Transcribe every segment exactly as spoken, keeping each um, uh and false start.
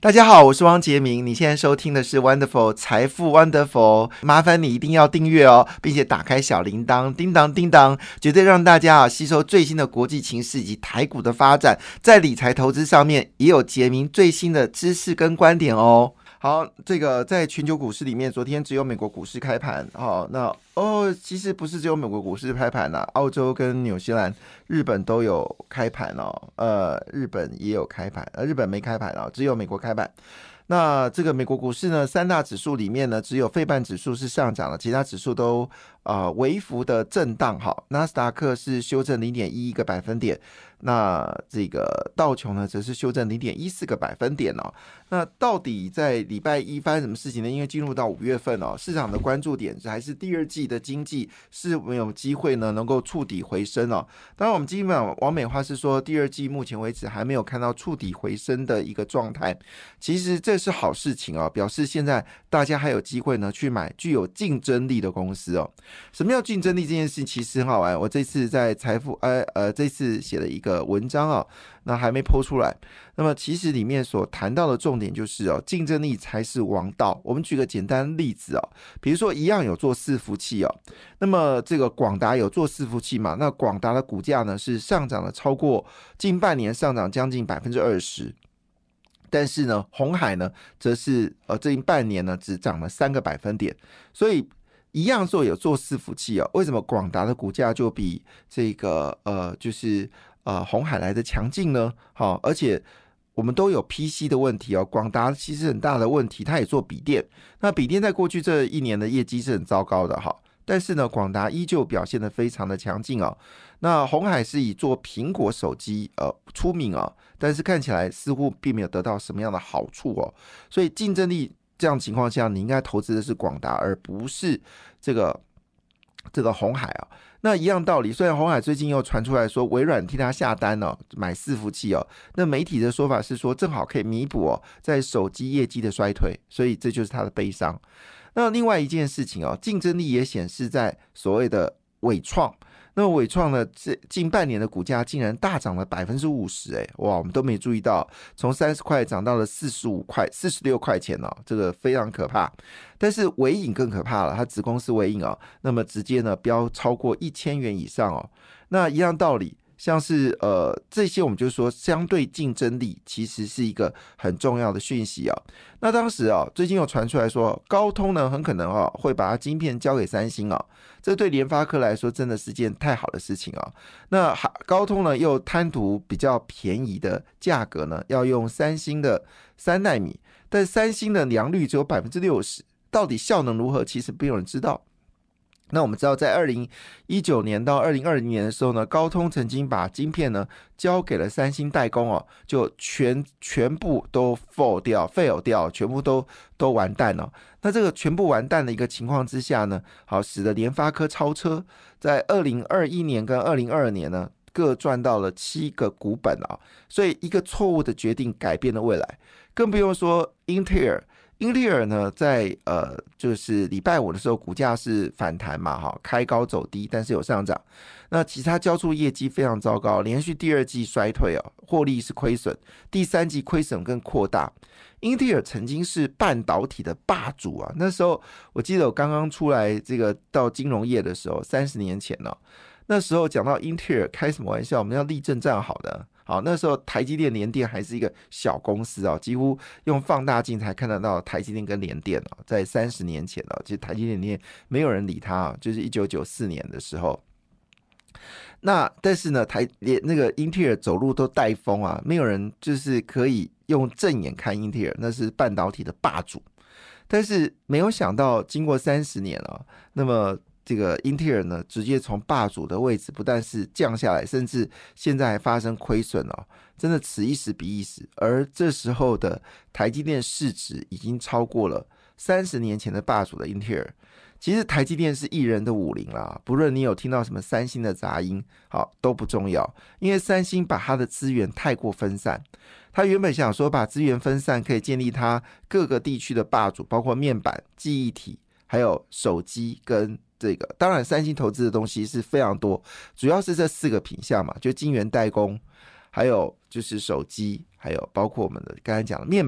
大家好，我是汪杰明，你现在收听的是 Wonderful 财富 Wonderful， 麻烦你一定要订阅哦，并且打开小铃铛，叮当叮当，绝对让大家啊吸收最新的国际情势以及台股的发展，在理财投资上面也有杰明最新的知识跟观点哦。好，这个在全球股市里面，昨天只有美国股市开盘，哦，那哦，其实不是只有美国股市开盘啦、啊，澳洲跟纽西兰、日本都有开盘哦，呃，日本也有开盘，呃，日本没开盘哦，只有美国开盘。那这个美国股市呢，三大指数里面呢，只有费半指数是上涨的，其他指数都呃微幅的震荡。好，纳斯达克是修正零点一一个百分点，那这个道琼呢，则是修正零点一四个百分点哦。那到底在礼拜一发生什么事情呢？因为进入到五月份哦，市场的关注点还是第二季的经济是没有机会呢能够触底回升哦。当然，我们基本上王美花是说，第二季目前为止还没有看到触底回升的一个状态。其实这是好事情哦，表示现在大家还有机会呢去买具有竞争力的公司哦。什么叫竞争力这件事情其实很好玩，我这次在财富呃呃这次写了一个文章哦，那还没po出来。那么其实里面所谈到的重点就是哦，竞争力才是王道。我们举个简单例子哦，比如说一样有做伺服器哦，那么这个广达有做伺服器嘛？那广达的股价呢是上涨了超过近半年上涨将近百分之二十。但是呢，鸿海呢，则是呃，这半年呢只涨了三个百分点，所以一样做有做伺服器哦，为什么广达的股价就比这个呃，就是呃鸿海来的强劲呢？好、哦，而且我们都有 P C 的问题哦，广达其实很大的问题，它也做笔电，那笔电在过去这一年的业绩是很糟糕的哈。但是呢，广达依旧表现得非常的强劲哦。那鸿海是以做苹果手机呃出名哦，但是看起来似乎并没有得到什么样的好处哦。所以竞争力这样情况下，你应该投资的是广达，而不是这个这个鸿海啊。那一样道理，虽然鸿海最近又传出来说微软替他下单哦，买伺服器哦，那媒体的说法是说正好可以弥补哦在手机业绩的衰退，所以这就是他的悲伤。那另外一件事情哦，竞争力也显示在所谓的伟创。那伟创呢，这近半年的股价竟然大涨了百分之五十，哎，哇，我们都没注意到，从三十块涨到了四十五块、四十六块钱哦，这个非常可怕。但是伟影更可怕了，它子公司伟影哦，那么直接呢飙超过一千元以上哦。那一样道理。像是呃这些我们就说相对竞争力其实是一个很重要的讯息啊。那当时啊最近有传出来说高通呢很可能啊会把它晶片交给三星啊，这对联发科来说真的是件太好的事情啊。那高通呢又贪图比较便宜的价格呢，要用三星的三奈米，但三星的良率只有百分之六十，到底效能如何，其实没有人知道。那我们知道，在二零一九年到二零二零年的时候呢，高通曾经把晶片呢交给了三星代工哦，就全全部都 fail 掉 fail 掉，全部都都完蛋了、哦。那这个全部完蛋的一个情况之下呢，好，使得联发科超车，在二零二一年跟二零二二年呢，各赚到了七个股本啊、哦。所以一个错误的决定改变了未来，更不用说英特尔。英特尔呢，在呃，就是礼拜五的时候，股价是反弹嘛，哈，开高走低，但是有上涨。那其他交出业绩非常糟糕，连续第二季衰退哦，获利是亏损，第三季亏损更扩大。英特尔曾经是半导体的霸主啊，那时候我记得我刚刚出来这个到金融业的时候，三十年前呢、哦，那时候讲到英特尔，开什么玩笑？我们要立正站好的。好，那时候台积电、联电还是一个小公司啊，几乎用放大镜才看得到台积电跟联电啊。在三十年前啊，其实台积电、联电没有人理它啊，就是一九九四年的时候。那但是呢，台连那个英特尔走路都带风啊，没有人就是可以用正眼看英特尔，那是半导体的霸主。但是没有想到，经过三十年啊，那么。这个英特尔呢，直接从霸主的位置不但是降下来，甚至现在还发生亏损哦，真的此一时彼一时。而这时候的台积电市值已经超过了三十年前的霸主的英特尔。其实台积电是一人的武林啦，不论你有听到什么三星的杂音，好都不重要，因为三星把它的资源太过分散。他原本想说把资源分散，可以建立它各个地区的霸主，包括面板、记忆体，还有手机跟。这个当然，三星投资的东西是非常多，主要是这四个品项嘛，就晶圆代工，还有就是手机，还有包括我们的刚才讲的面板，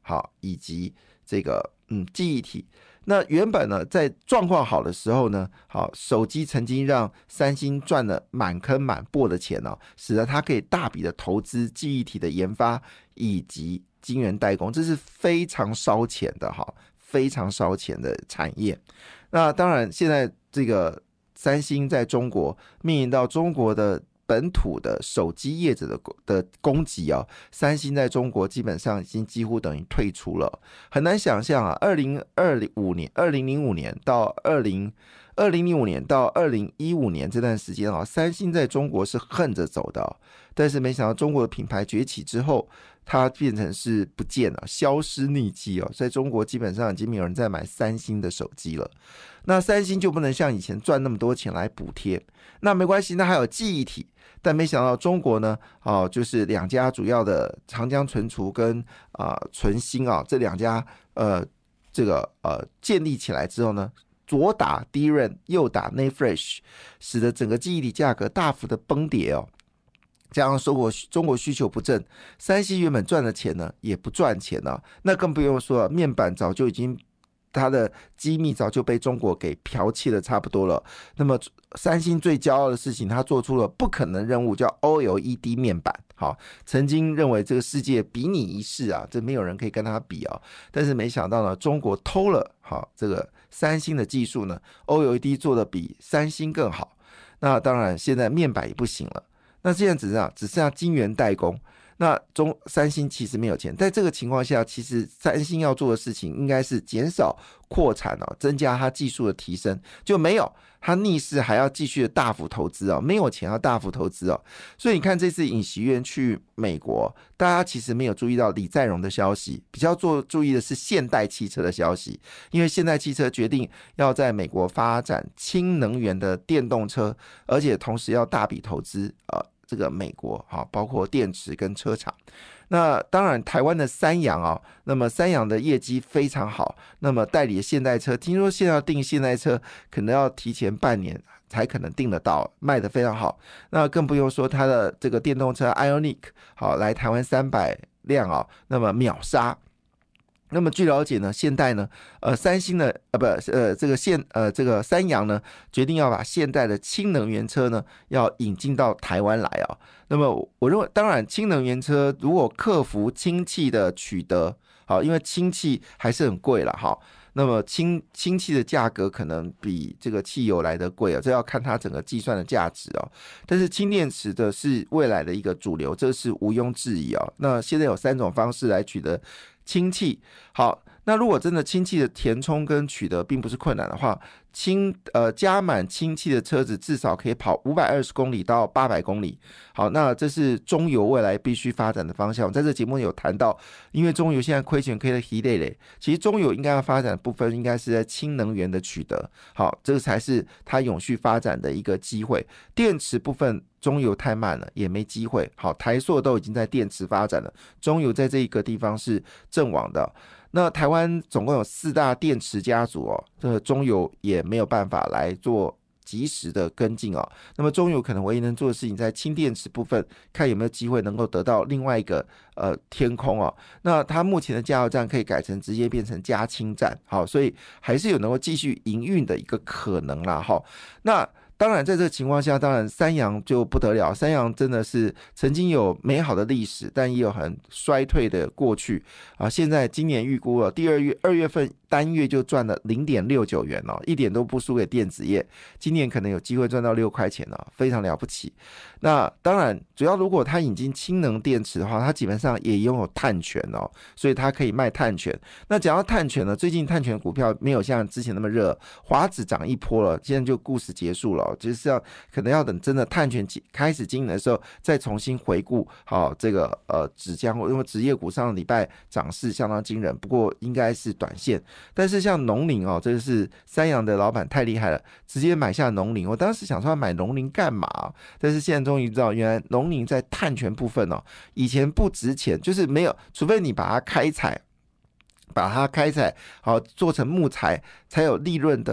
好，以及这个嗯记忆体。那原本呢，在状况好的时候呢，好，手机曾经让三星赚了满坑满钵的钱哦，使得它可以大笔的投资记忆体的研发以及晶圆代工，这是非常烧钱的哈，非常烧钱的产业。那当然，现在这个三星在中国面临到中国的本土的手机业者的的攻击啊，三星在中国基本上已经几乎等于退出了，很难想象啊，二零二五年、二零零五年到二零二零零五年到二零一五年这段时间啊，三星在中国是横着走的、啊，但是没想到中国的品牌崛起之后，它变成是不见了，消失匿迹哦，在中国基本上已经没有人在买三星的手机了。那三星就不能像以前赚那么多钱来补贴，那没关系，那还有记忆体，但没想到中国呢，哦，就是两家主要的长江存储跟啊存芯啊这两家呃这个呃建立起来之后呢，左打 D R A M 右打 N A N D Flash， 使得整个记忆体价格大幅的崩跌哦。加上中国中国需求不振，三星原本赚的钱呢也不赚钱了、啊，那更不用说了，面板早就已经它的机密早就被中国给剽窃的差不多了。那么三星最骄傲的事情，它做出了不可能任务，叫 O L E D 面板。好，曾经认为这个世界比你一世啊，这没有人可以跟他比啊。但是没想到呢，中国偷了好这个三星的技术呢 ，O L E D 做的比三星更好。那当然，现在面板也不行了。那现在只剩下只剩下晶圆代工，那中三星其实没有钱，在这个情况下，其实三星要做的事情应该是减少扩产哦，增加它技术的提升，就没有，它逆势还要继续的大幅投资哦，没有钱要大幅投资哦，所以你看这次尹锡悦去美国，大家其实没有注意到李在镕的消息，比较做注意的是现代汽车的消息，因为现代汽车决定要在美国发展氢能源的电动车，而且同时要大笔投资呃。这个美国包括电池跟车厂，那当然台湾的三洋啊，那么三洋的业绩非常好，那么代理的现代车，听说现在要订现代车可能要提前半年才可能订得到，卖得非常好，那更不用说它的这个电动车 Ioniq 好来台湾三百辆啊，那么秒杀。那么据了解呢，现代呢，呃，三星呢，呃，不，呃，这个现，呃，这个三洋呢，决定要把现代的氢能源车呢，要引进到台湾来啊。那么我认为，当然，氢能源车如果克服氢气的取得，好，因为氢气还是很贵了哈。那么氢氢气的价格可能比这个汽油来得贵啊，这要看它整个计算的价值哦。但是氢电池的是未来的一个主流，这是毋庸置疑啊。那现在有三种方式来取得氢气，好，那如果真的氢气的填充跟取得并不是困难的话，氢呃加满氢气的车子至少可以跑五百二十公里到八百公里。好，那这是中油未来必须发展的方向。我在这节目有谈到，因为中油现在亏钱亏得稀累累，其实中油应该要发展的部分应该是在氢能源的取得，好，这个才是它永续发展的一个机会。电池部分中油太慢了，也没机会。好，台塑都已经在电池发展了，中油在这一个地方是阵亡的。那台湾总共有四大电池家族哦，这个中油也没有办法来做及时的跟进哦。那么中油可能唯一能做的事情，在氢电池部分，看有没有机会能够得到另外一个呃天空哦。那它目前的加油站可以改成直接变成加氢站，好，所以还是有能够继续营运的一个可能啦。哈，那。当然，在这个情况下，当然三洋就不得了。三洋真的是曾经有美好的历史，但也有很衰退的过去啊。现在今年预估了第二月二月份单月就赚了零点六九元哦，一点都不输给电子业。今年可能有机会赚到六块钱哦，非常了不起。那当然，主要如果它引进氢能电池的话，它基本上也拥有碳权哦，所以它可以卖碳权。那讲到碳权呢，最近碳权股票没有像之前那么热，华指涨一波了，现在就故事结束了。就是要可能要等真的碳权开始经营的时候，再重新回顾好这个呃纸浆，因为职业股上礼拜涨势相当惊人，不过应该是短线。但是像农林哦，这个是三洋的老板太厉害了，直接买下农林。我当时想说要买农林干嘛？但是现在终于知道，原来农林在碳权部分哦，以前不值钱，就是没有，除非你把它开采，把它开采好做成木材，才有利润的。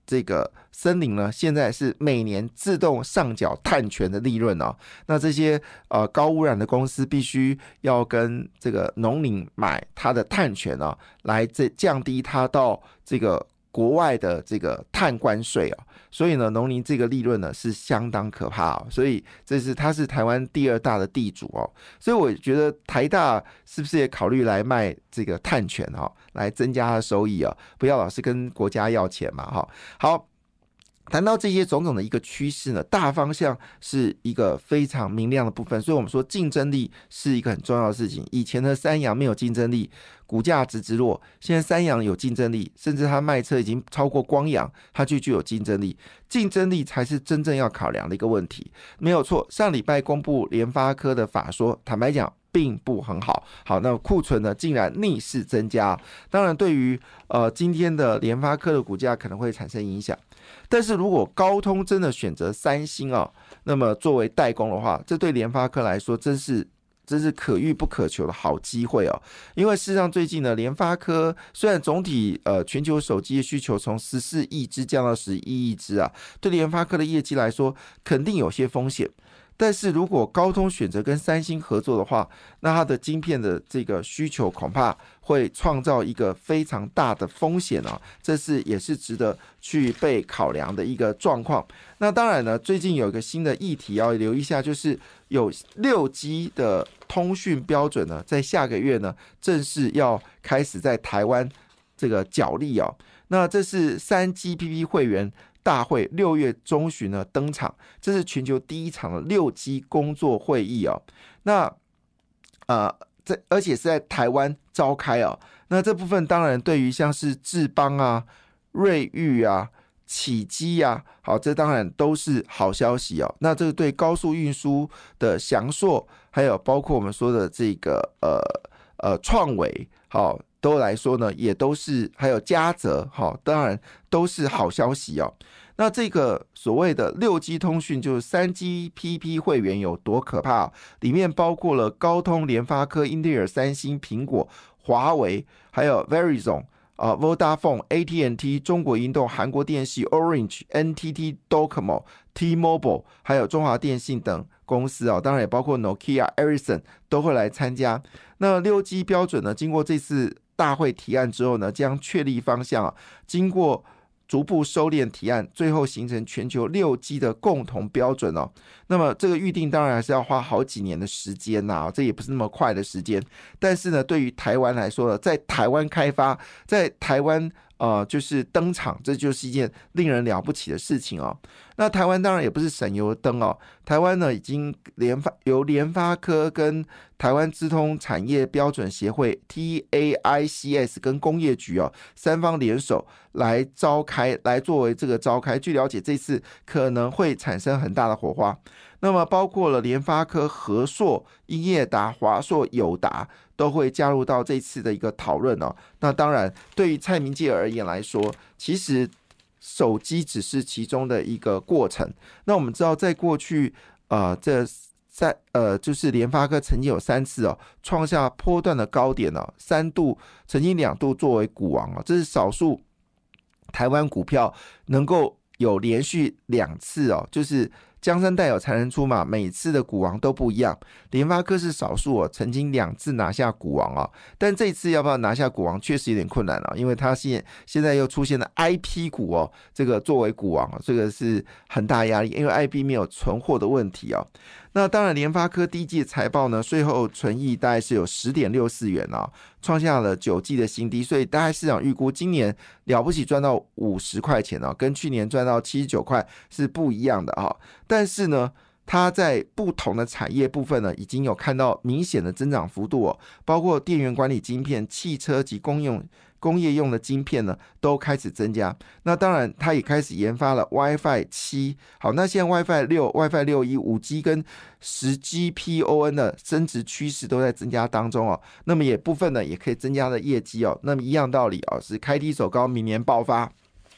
这个森林呢，现在是每年自动上缴碳权的利润哦。那这些呃高污染的公司必须要跟这个农林买它的碳权哦，来这降低它到这个国外的这个碳关税哦。所以呢，农林这个利润呢是相当可怕哦。所以这是它是台湾第二大的地主哦。所以我觉得台大是不是也考虑来卖这个碳权哦，来增加它的收益哦，不要老是跟国家要钱嘛哈。好。谈到这些种种的一个趋势呢，大方向是一个非常明亮的部分，所以我们说竞争力是一个很重要的事情。以前的三洋没有竞争力，股价直直落，现在三洋有竞争力，甚至它卖车已经超过光阳，它就具有竞争力。竞争力才是真正要考量的一个问题，没有错。上礼拜公布联发科的法说，坦白讲并不很好。好，那库存呢竟然逆势增加，当然对于呃今天的联发科的股价可能会产生影响。但是如果高通真的选择三星哦，那么作为代工的话，这对联发科来说真是真是可遇不可求的好机会哦。因为事实上最近呢，联发科虽然总体呃全球手机的需求从十四亿只降到十一亿只啊，对联发科的业绩来说肯定有些风险。但是如果高通选择跟三星合作的话，那它的晶片的这个需求恐怕会创造一个非常大的风险啊，这是也是值得去被考量的一个状况。那当然呢，最近有一个新的议题要留意一下，就是有 六 G 的通讯标准呢，在下个月呢正式要开始在台湾这个角力哦。那这是 三 G P P 会员大会六月中旬呢登场，这是全球第一场的 六 G 工作会议哦。那呃，这而且是在台湾召开哦。那这部分当然对于像是智邦啊、瑞昱啊、启基啊，好，这当然都是好消息哦。那这个对高速运输的祥硕，还有包括我们说的这个呃呃创维，好。都来说呢，也都是还有嘉泽，好，当然都是好消息哦。那这个所谓的 六 G 通讯，就是 三 G P P 会员有多可怕哦？里面包括了高通、联发科、英特尔、三星、苹果、华为，还有 Verizon、呃、Vodafone、A T and T、中国移动、韩国电信、Orange、N T T Docomo、T-Mobile， 还有中华电信等公司哦，当然也包括 Nokia、Ericsson 都会来参加。那 六 G 标准呢，经过这次大会提案之后呢，将确立方向啊，经过逐步收敛提案，最后形成全球 六 G 的共同标准哦。那么这个预定当然还是要花好几年的时间呐、啊，这也不是那么快的时间。但是呢，对于台湾来说呢，在台湾开发，在台湾呃就是登场，这就是一件令人了不起的事情哦。那台湾当然也不是省油灯哦，台湾呢已经联发由联发科跟台湾资通产业标准协会 T A I C S 跟工业局哦三方联手来召开，来作为这个召开。据了解，这次可能会产生很大的火花。那么包括了联发科、和硕、英业达、华硕、友达都会加入到这次的一个讨论哦。那当然，对于蔡明介而言来说，其实手机只是其中的一个过程。那我们知道，在过去呃这在呃就是联发科曾经有三次哦创下波段的高点哦，三度曾经两度作为股王哦，这是少数台湾股票能够有连续两次哦，就是江山代有才人出嘛，每次的股王都不一样。联发科是少数哦，曾经两次拿下股王哦，但这一次要不要拿下股王确实有点困难了、哦，因为它现现在又出现了 I P 股哦，这个作为股王哦，这个是很大压力，因为 I P 没有存货的问题哦。那当然，联发科第一季财报呢，税后纯益大概是有 十点六四元哦，创下了九季的新低，所以大概市场预估今年了不起赚到五十块钱哦，跟去年赚到七十九块是不一样的哦。但是呢，它在不同的产业部分呢，已经有看到明显的增长幅度哦，包括电源管理晶片、汽车及公用工业用的晶片呢，都开始增加。那当然，它也开始研发了 WiFi 七。好，那现在 WiFi 六、WiFi 六 E、五 G 跟十 G P O N 的升值趋势都在增加当中哦。那么也部分呢，也可以增加的业绩哦。那么一样道理哦，是开低走高，明年爆发。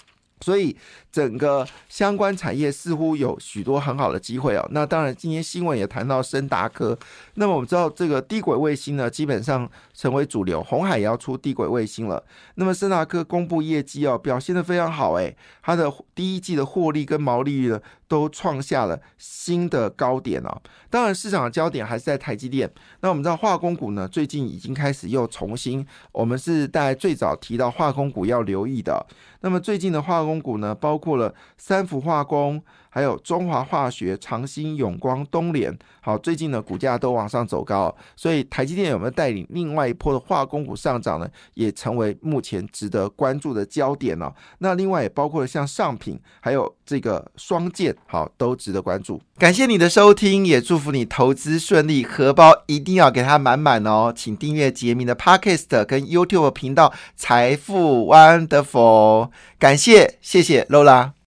所以整个相关产业似乎有许多很好的机会哦。那当然，今天新闻也谈到昇达科。那么我们知道，这个低轨卫星呢，基本上成为主流，鸿海也要出低轨卫星了。那么昇达科公布业绩哦，表现得非常好，哎，它的第一季的获利跟毛利率呢，都创下了新的高点哦。当然，市场的焦点还是在台积电。那我们知道化工股呢，最近已经开始又重新，我们是大概最早提到化工股要留意的。那么最近的化工股呢，包括了三福化工，还有中华化学、长兴、永光、东联，好，最近的股价都往上走高，所以台积电有没有带领另外一波的化工股上涨呢？也成为目前值得关注的焦点哦。那另外也包括了像上品，还有这个双健，好，都值得关注。感谢你的收听，也祝福你投资顺利，荷包一定要给它满满哦。请订阅杰明的 Podcast 跟 YouTube 频道财富 Wonderful， 感谢，谢谢 Lola。